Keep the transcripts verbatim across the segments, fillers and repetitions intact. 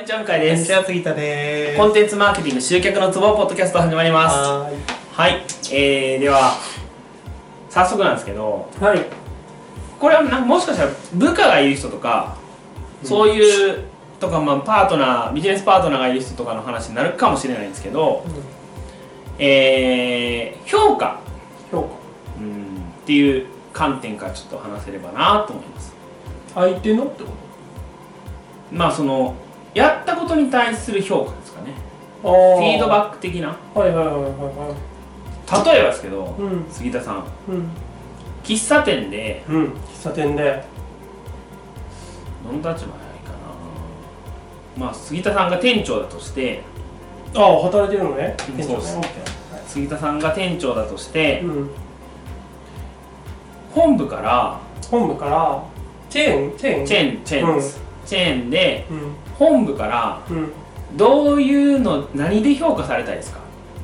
ちは、向井です。 こんにちは、杉田です。 コンテンツマーケティング集客のツボポッドキャスト始まります。 はーい。 はい、えー、では早速なんですけど、 はい。 これはなもしかしたら部下がいる人とか、うん、そういうとか、まあ、パートナービジネスパートナーがいる人とかの話になるかもしれないんですけど、うん、えー、評価評価、 うん、っていう観点からちょっと話せればなと思います。 相手のってこと？ まあそのやったことに対する評価ですかね。 あフィードバック的な。 はいはいはいはいはい。 例えばですけど、 うん、 杉田さん、 うん、 喫茶店で、 うん、喫茶店でどの立場がいいかな。まあ杉田さんが店長だとして、 ああ働いてるのね。 店長です。杉田さんが店長だとして、うん、本部から本部からチェーンチェーンチェーンチェーンです。うん、チェーンで、うん、本部から、 うん、 どういうの何で評価されたいですか？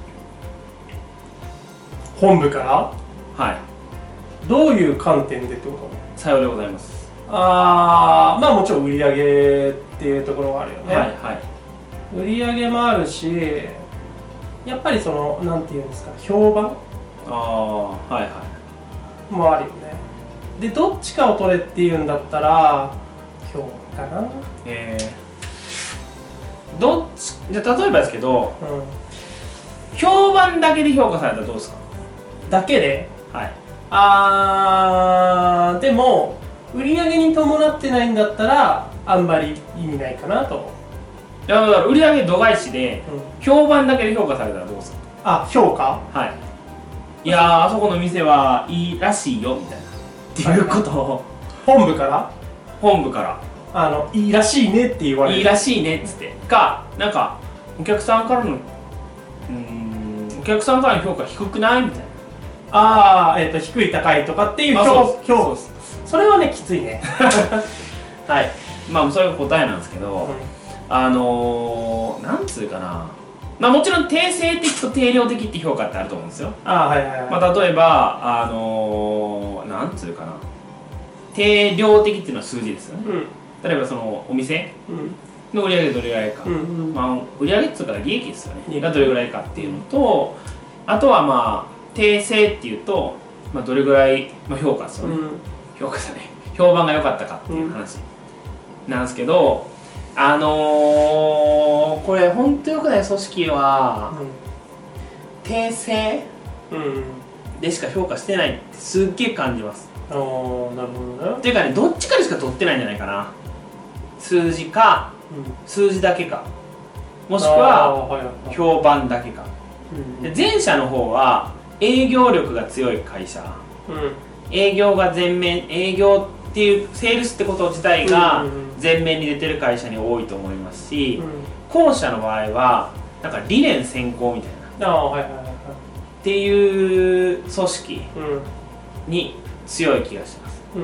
本部からはい。 どういう観点でってこと？ さようでございます。 ああ、まあもちろん売り上げっていうところはあるよね。 はいはい。 売り上げもあるし、やっぱりそのなんていうんですか、評判、 ああ、はいはい、 もあるよね。でどっちかを取れっていうんだったら評価かな。 えー、どっちじゃあ例えばですけど、うん、評判だけで評価されたらどうですか？ だけで、 はい。 あーでも売り上げに伴ってないんだったらあんまり意味ないかなと思う。 いやだから売り上げ度外視で、うん、評判だけで評価されたらどうですか？ あ、評価？ はい。いやーあそこの店はいいらしいよみたいなっていうことを本部から本部からあのいいらしいねって言われる。 いいらしいねっつってか、なんかお客さんからのうーんお客さんからの評価低くないみたいな。 ああ、えっ、ー、と低い高いとかっていう評価、 それはねきついね。 はい。まあそれが答えなんですけど、うん、あのー、なんつうかな、まあもちろん定性的と定量的って評価ってあると思うんですよ。 あ、はいはいはい。 まあ例えばあのー、なんつうかな、定量的っていうのは数字ですよね。うん、例えばそのお店の売り上げどれぐらいか、うんうん、まあ売り上げっていうか利益ですよね、がどれぐらいかっていうのと、あとはまあ定性っていうと、まあ、どれぐらいの評価ですよね、うん、評価ですよね、評判が良かったかっていう話なんですけど、うん、あのー、これ本当良くない組織は、うん、定性でしか評価してないってすっげえ感じます。 ああ、なるほどね。 っていうかね、どっちかでしか取ってないんじゃないかな。数字か、うん、数字だけか、もしくは評判だけか、うん、で前者の方は営業力が強い会社、うん、営業が全面営業っていうセールスってこと自体が前面に出てる会社に多いと思いますし、うん、後者の場合はなんか理念先行みたいな、あ、はいはいはい、っていう組織に強い気がします。うん、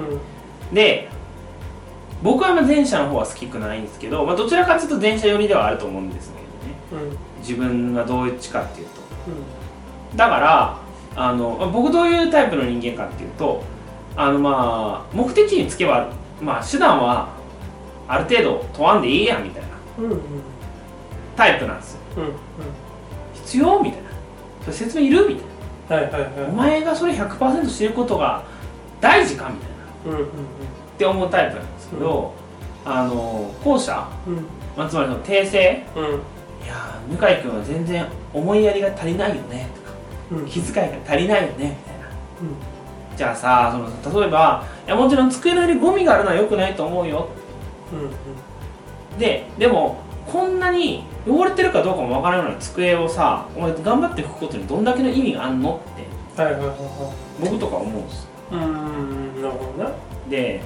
で僕は前者の方は好きくないんですけど、まあ、どちらかというと前者寄りではあると思うんですけどね、うん、自分がどういうちかっていうと、うん、だからあの、まあ、僕どういうタイプの人間かっていうと、あのまあ目的地につけば、まあ、手段はある程度問わんでいいやみたいな、うんうん、タイプなんですよ、うんうん、必要みたいな、それ説明いるみたいな、はいはいはい、お前がそれ ひゃくパーセント 知ることが大事かみたいな、うんうんうん、って思うタイプなんですけど、うん、あの後者、うん、まあ、つまりその訂正、うん、いや向井君は全然思いやりが足りないよねとか、うん、気遣いが足りないよねみたいな、うん、じゃあさ、その例えばいやもちろん机の上にゴミがあるのは良くないと思うよ、うんうん、ででもこんなに汚れてるかどうかもわからないような机をさ、お前頑張って拭くことにどんだけの意味があんのって、はいはいはいはい、僕とか思うんですよ。うーん、なるほどね。で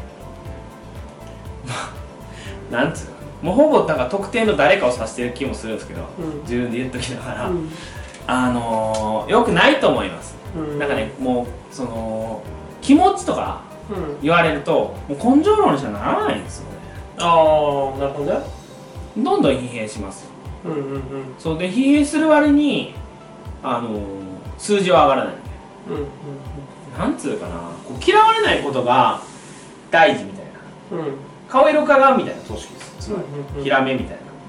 なんつうの、もうほぼなんか特定の誰かを指してる気もするんですけど、うん、自分で言っときながら、うん、あのー、よくないと思います、うん、なんかね、もうその気持ちとか言われると、もう根性論にしかならないんですよね。ああ、なるほどね。どんどん疲弊します、うんうんうん、そうで疲弊する割に、あのー、数字は上がらない、うんうんうん、なんつうかな、こう嫌われないことが大事みたいな、うん、顔色かがうみたいな組織です。つまり、うんうんうん、ヒラメみたいな、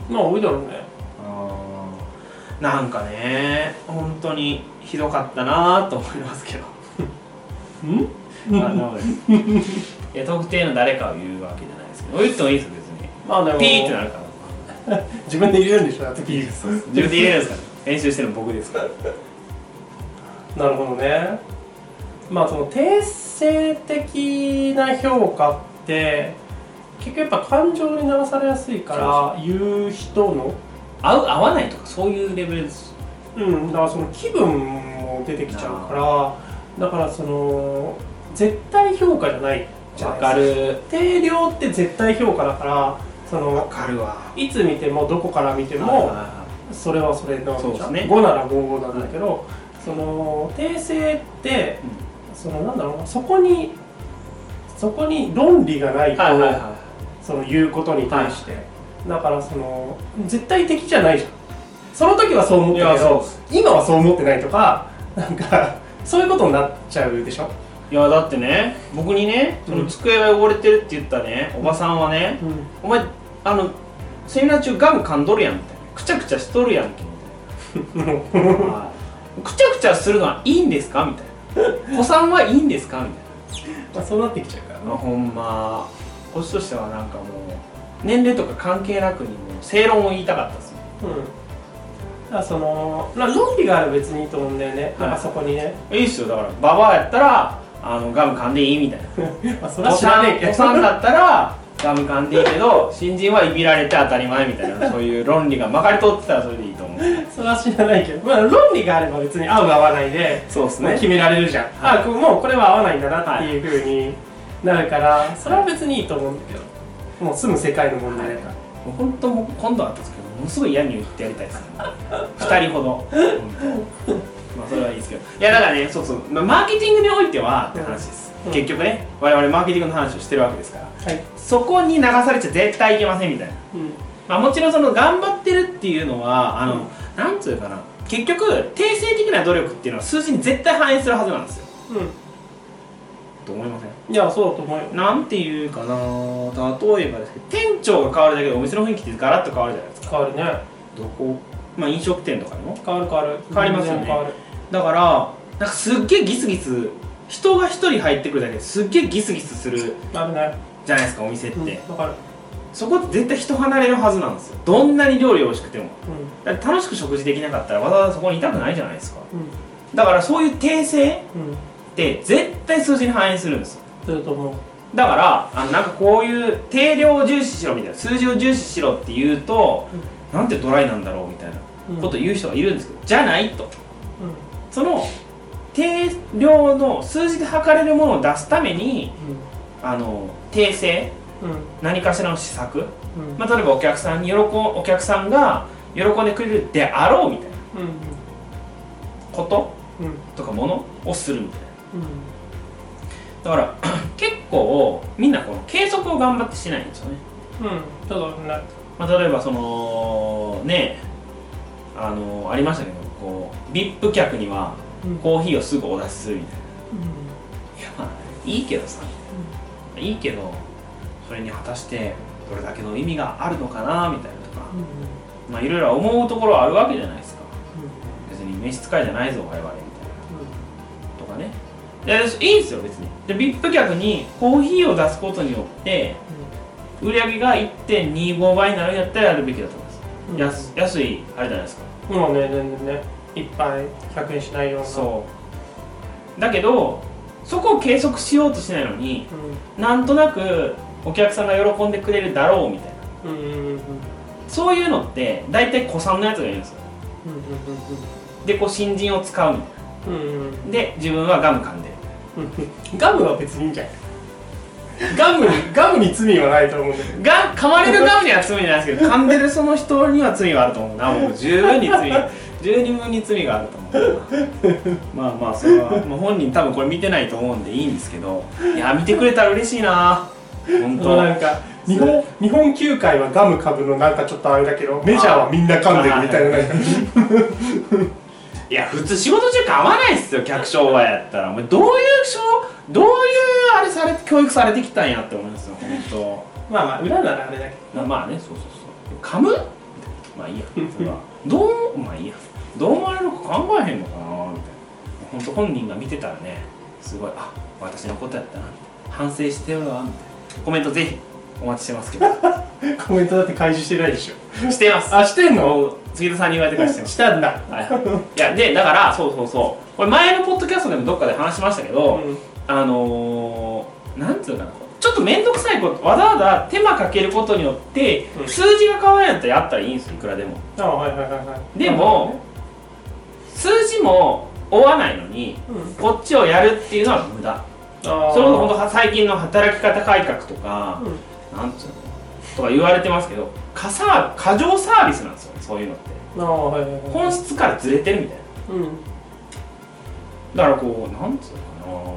まあ多いだろうね。 あなんかね本当にひどかったなと思いますけどんあのいや特定の誰かを言うわけじゃないですけど言ってもいいですよ別に。 まあでもピーってなるから自分で入れるんでしょだってピー。 自分で入れるんですから編集してるの僕ですからなるほどね。まあその定性的な評価って結局やっぱ感情に流されやすいから言う人の合う合わないとかそういうレベルです。 うんだからその気分も出てきちゃうからだからその絶対評価じゃないじゃないですか。 わかる。 定量って絶対評価だからそのわかるわ。 いつ見てもどこから見てもそれはそれのそうですね。 ごならごなんだけどその定性ってそのなんだろうなそこにそこに論理がないと、はいはいはい、その言うことに対して、はい、だからその絶対的じゃないじゃん。その時はそう思ってるけど今はそう思ってないとかなんかそういうことになっちゃうでしょ。 いやだってね僕にねその机が汚れてるって言ったね、うん、おばさんはね、うん、お前あのセミナー中ガム噛んどるやんみたいなくちゃくちゃしとるやんけみたいなくちゃくちゃするのはいいんですかみたいな子さんはいいんですかみたいなまあそうなってきちゃうからね。 まあ、ほんまこっちとしてはなんかもう年齢とか関係なくにも正論を言いたかったですよ、 うん、だからその論理がある別にいいと思うんだよね、はい、なんかそこにねいいっすよ。だからババアやったらあのガム噛んでいいみたいなまあそれは知らねえけどおさんだったらガム噛んでいいけど新人はいびられて当たり前みたいなそういう論理がまかり通ってたらそれでいいと思うそれは知らないけど、まあ、論理があれば別に合う合わないでそうですね決められるじゃん、はい、あもうこれは合わないんだなっていうふうになるから、はい、それは別にいいと思うんだけどもう住む世界の問題だから、はい、 もう本当もう今度はあったんですけどものすごい嫌に言ってやりたいですねふたりほどまあそれはいいですけどいやだからねそうそう、まあ、マーケティングにおいてはって話です、うん、結局ね我々マーケティングの話をしてるわけですから、はい、そこに流されちゃ絶対いけませんみたいな、うんまあ、もちろんその頑張ってるっていうのはあの、うん、なんつうかな結局定性的な努力っていうのは数字に絶対反映するはずなんですよ、うん、と思いません？ いやそうだと思うよ。 なんていうかな例えばですけど店長が変わるだけでお店の雰囲気ってガラッと変わるじゃないですか。 変わるね。 どこまあ飲食店とかでも変わる変わる変わりますよね。変わるだからなんかすっげえギスギス人が一人入ってくるだけですっげえギスギスするあるねじゃないですかお店って、うん、 分かる。 そこって絶対人離れるはずなんですよ。どんなに料理美味しくても、うん、だって楽しく食事できなかったらわざわざそこにいたくないじゃないですか、うん、だからそういう定性って絶対数字に反映するんですよ。 そうだと思う。 だからあのなんかこういう定量を重視しろみたいな数字を重視しろって言うと、うん、なんてドライなんだろうみたいなことを言う人がいるんですけど、うん、じゃないと、うん、その定量の数字で測れるものを出すために、うん、あの定性うん、何かしらの施策、うんまあ、例えばお客さんに喜お客さんが喜んでくれるであろうみたいなこと、うん、とかものをするみたいな、うん、だから結構みんなこの計測を頑張ってしないんですよね。 うん、そうだね。まあ、例えばそのねあのありましたけどこう ブイアイピー 客にはコーヒーをすぐお出しするみたいな、うん、いやまあいいけどさ、うん、いいけどそれに果たしてどれだけの意味があるのかなみたいなとか、うん、まあいろいろ思うところはあるわけじゃないですか、うん、別に召使いじゃないぞ我々みたいな、うん、とかね。いやいいんですよ別に。で ブイアイピー 客にコーヒーを出すことによって売り上げが いってんにご 倍になるんやったらやるべきだと思います、うん、安, 安いあれじゃないですか。 もうね全然ねいっぱいひゃくえんしないような。 そうだけどそこを計測しようとしないのに、うん、なんとなくお客さんが喜んでくれるだろうみたいな、うんうんうん、そういうのって大体古参のやつがいるんですよ、うんうんうん、でこう新人を使うみたいな、うんうん、で自分はガム噛んでるガムは別にいいんじゃないガムガムに罪はないと思うんだけどが噛まれるガムには罪ないですけど噛んでるその人には罪があると思うな。もう十分に罪十二分に罪があると思うまあまあそれは、まあ、本人多分これ見てないと思うんでいいんですけどいや見てくれたら嬉しいな本当。 なんか日本日本球界はガム噛むのなんかちょっとあれだけどメジャーはみんな噛んでるみたいななんかいや普通仕事中噛まないっすよ客商売やったら。お前どういうどういうあれされ教育されてきたんやって思いますよ本当。 まあまあ裏ならあれだけどまあねそうそうそう噛むみまあいいやそれはどうまあいいやどう思われるか考えへんのかなみたいな。本当本人が見てたらねすごいあ私のことやったな反省してるわみたいなコメントぜひお待ちしてますけどコメントだって開示してないでしょ。 してます。 あしてんの？ 杉田さんに言われてからしてます。 したんだ。 はい、いやでだからそうそうそうこれ前のポッドキャストでもどっかで話しましたけど、うん、あのー、なんつうかなちょっと面倒くさいことわざわざ手間かけることによって、うん、数字が変わるんやったらやったらいいんですよいくらでも。 あはいはいはいはい。 でも、ね、数字も追わないのに、うん、こっちをやるっていうのは無駄。それこそ本当最近の働き方改革とか、うん、なんつうのとか言われてますけど過サー過剰サービスなんですよねそういうのって。あ、はいはいはい、本質からずれてるみたいな、うん、だからこうなんつうのかな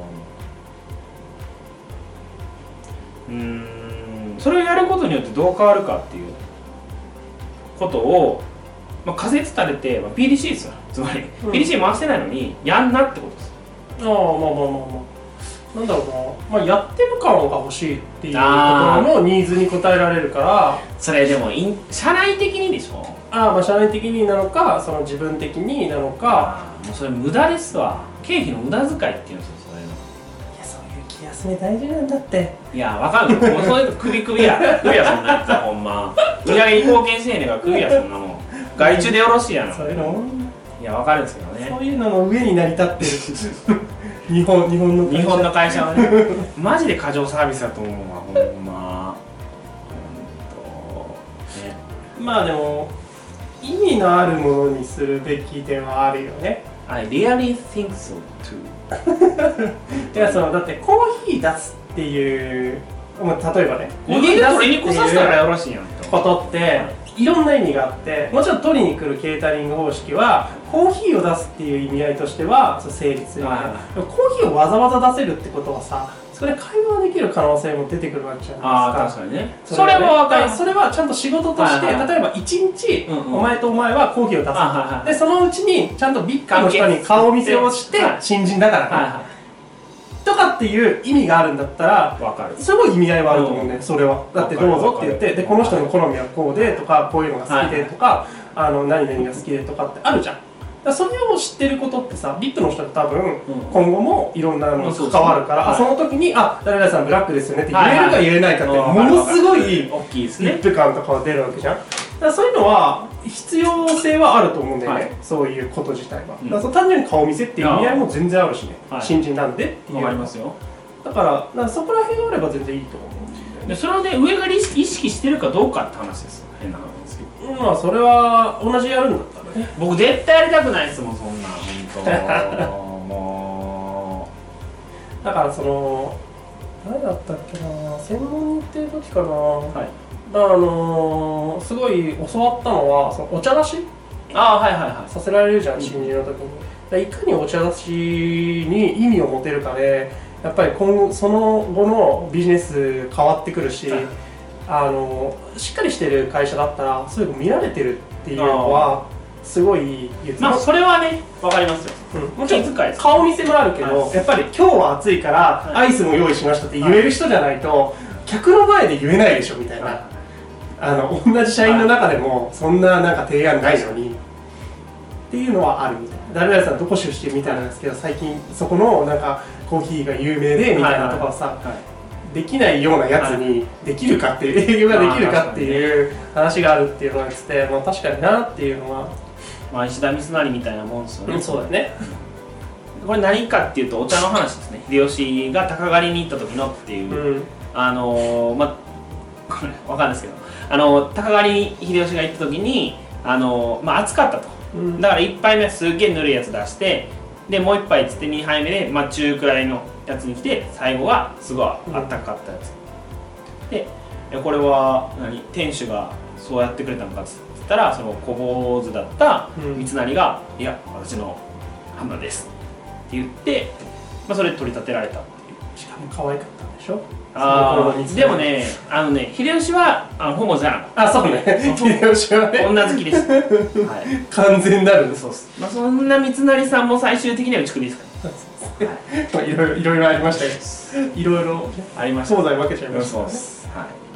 うーんそれをやることによってどう変わるかっていうことを、まあ、仮説立てて、まあ、ピーディーシー ですよつまり、うん、ピーディーシー 回してないのにやんなってことです。 ああまあまあまあまあなんだろうな、まあ、やってる感が欲しいっていうところのニーズに応えられるからそれでもイン社内的にでしょ。 ああまあ社内的になのかその自分的になのかもうそれ無駄ですわ経費の無駄遣いっていうんですよそういうの。 いやそういう気休め大事なんだって。 いやわかるもうそういうの首首や首やそんなやつはほんま売り上げに貢献してんねんから首やそんなもん外注でよろしいやん。 そういうのいやわかるんですけどねそういうのの上に成り立ってる日本日本の会社日本の会社はねマジで過剰サービスだと思うわほんまほんとね。 まあでも意味のあるものにするべきではあるよね。 I really think so too いやそのだってコーヒー出すっていう、まあ、例えばねコーヒー出すっていうことっていろんな意味があってもちろん取りに来るケータリング方式はコーヒーを出すっていう意味合いとしては成立するよね。でもコーヒーをわざわざ出せるってことはさそれ会話できる可能性も出てくるわけじゃないですか。 あ確かにねそれも分かる。それはちゃんと仕事として、はいはい、例えばいちにち、うんうん、お前とお前はコーヒーを出す、はいはい、でそのうちにちゃんとビッグの人に顔見せをして、はい、新人だからね、はいはい、とかっていう意味があるんだったら分かるすごい意味合いはあると思うんだよ、うん、それはだってどうぞって言ってでこの人の好みはこうでとかこういうのが好きでとか、はい、あの何々が好きでとかってあるじゃん。だそれを知ってることってさリップの人って多分今後もいろんなのに関わるから、うん、あその時に「あ誰々さんブラックですよね」って言えるか言えないかってものすごいリップ感とかが出るわけじゃん。だからそういうのは必要性はあると思うんだよね、はい、そういうこと自体は、うん、だから単純に顔見せっていう意味合いも全然あるしね、はい、新人なんでっていうわかりますよ。 だから、だからそこら辺があれば全然いいと思うんで、それで上が意識してるかどうかって話ですよ。変な話ですけど。 まあそれは同じやるんだったらね。 僕絶対やりたくないですもんそんな本当もう。だからその誰だったっけな専門に行ってる時かな。はい。あのー、すごい教わったのはそのお茶出しあはいはいはいさせられるじゃん新人の時に。いかにお茶出しに意味を持てるかでやっぱり今後その後のビジネス変わってくるし、はい、あのしっかりしてる会社だったらそういうの見られてるっていうのはすごい言ってまあそれはね分かりますよ、 うん、もちろん顔見せもあるけど、はい、やっぱり今日は暑いからアイスも用意しましたって言える人じゃないと、はい、客の前で言えないでしょみたいな、はい、あの同じ社員の中でもそんななんか提案ないのにっていうのはあるみたいな。誰々さんどこ出身みたいなんですけど最近そこのなんかコーヒーが有名でみたいなとかをさ、はいはいはい、できないようなやつにできるかっていう営業ができるかっていう話があるっていうのが言ってて、まあ、確かになっていうのは、 まあ、石田三成みたいなもんですよね、 うん、そうだねこれ何かっていうとお茶の話ですね。秀吉が鷹狩りに行った時のっていう、うん、あのー、まあこれわかんないですけどあの鷹狩りに秀吉が行った時にあのー、まあ暑かったと、うん、だからいっぱいめはすっげえぬるいやつ出してでもういっぱいつってにはいめで、まあ、中くらいのやつに来て最後はすごいあったかかったやつ、うん、でこれは何店主がそうやってくれたのかっつったらその小坊主だった三成が、うん、いや私の判断ですって言って、まあ、それで取り立てられたっていう。 しかも可愛かったんでしょ。 あでもねあのね秀吉はあのホモじゃなかった。 あそうね秀吉はね女好きです、はい、 完全なるそうです、まあ、そんな三成さんも最終的には打ち首ですから、 はい、いろいろいろいろありましたよいろいろありました東西分けちゃいましたね。 そうです、はい、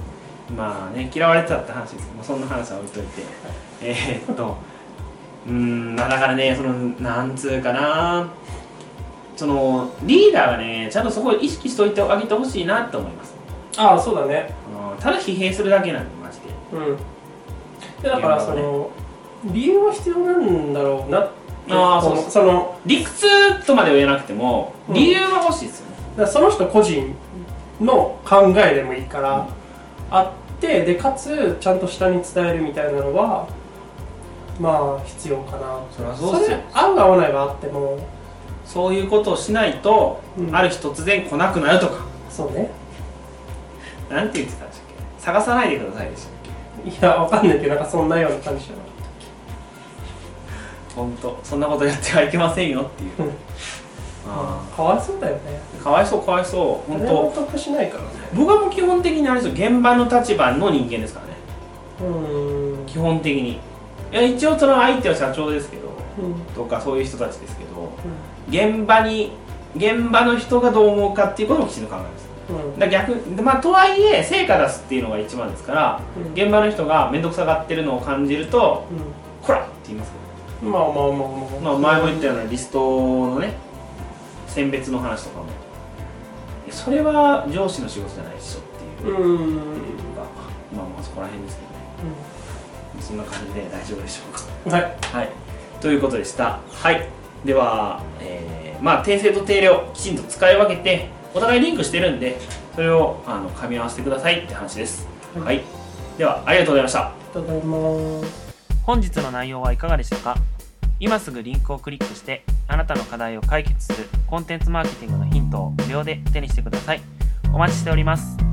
まあね嫌われてたって話ですけど、そんな話は置いといて、えー、っとうーんまあだからね、そのなんつうかな、そのリーダーがねちゃんとそこを意識しておいてあげてほしいなと思います。 ああそうだね、 うん、ただ疲弊するだけなんでマジで。 うんでだからその理由は必要なんだろうなって。 ああそうそう、その理屈とまでは言えなくても理由は欲しいですよね、 うん、だからその人個人の考えでもいいから、うん、あってでかつちゃんと下に伝えるみたいなのはまあ必要かな。 それはそうですよ。 合う合わないがあってもそういうことをしないと、うん、ある日突然来なくなるとか。 そうね。 なんて言ってたんでしたっけ、探さないでくださいでしたっけ。いやわかんないけどなんかそんなような感じじゃなかったっけ。本当そんなことやってはいけませんよっていう、うん、 ああかわいそうだよね。 かわいそうかわいそう本当。 誰も得しないからね。 僕はもう基本的にあれですよ、現場の立場の人間ですからね。 うん、 基本的に。いや一応その相手は社長ですけど、 うん、 とかそういう人たちですけど、うん、現場に現場の人がどう思うかっていうこともきちんと考えます。うん、だ逆まあとはいえ成果出すっていうのが一番ですから、うん、現場の人が面倒くさがってるのを感じると、うん、こらって言いますよ。 まあまあまあまあ、 まあ前も言ったようなリストのね選別の話とかもそれは上司の仕事じゃないでしょっていううんまあそこら辺ですけどね、うん、そんな感じで大丈夫でしょうか。はい、はい、ということでした。はい、では、えー、まあ訂正と定量きちんと使い分けてお互いリンクしてるんでそれをあの噛み合わせてくださいって話です。はい、はい、ではありがとうございました。 ありがとうございます。 本日の内容はいかがでしたか。今すぐリンクをクリックしてあなたの課題を解決するコンテンツマーケティングのヒントを無料で手にしてください。お待ちしております。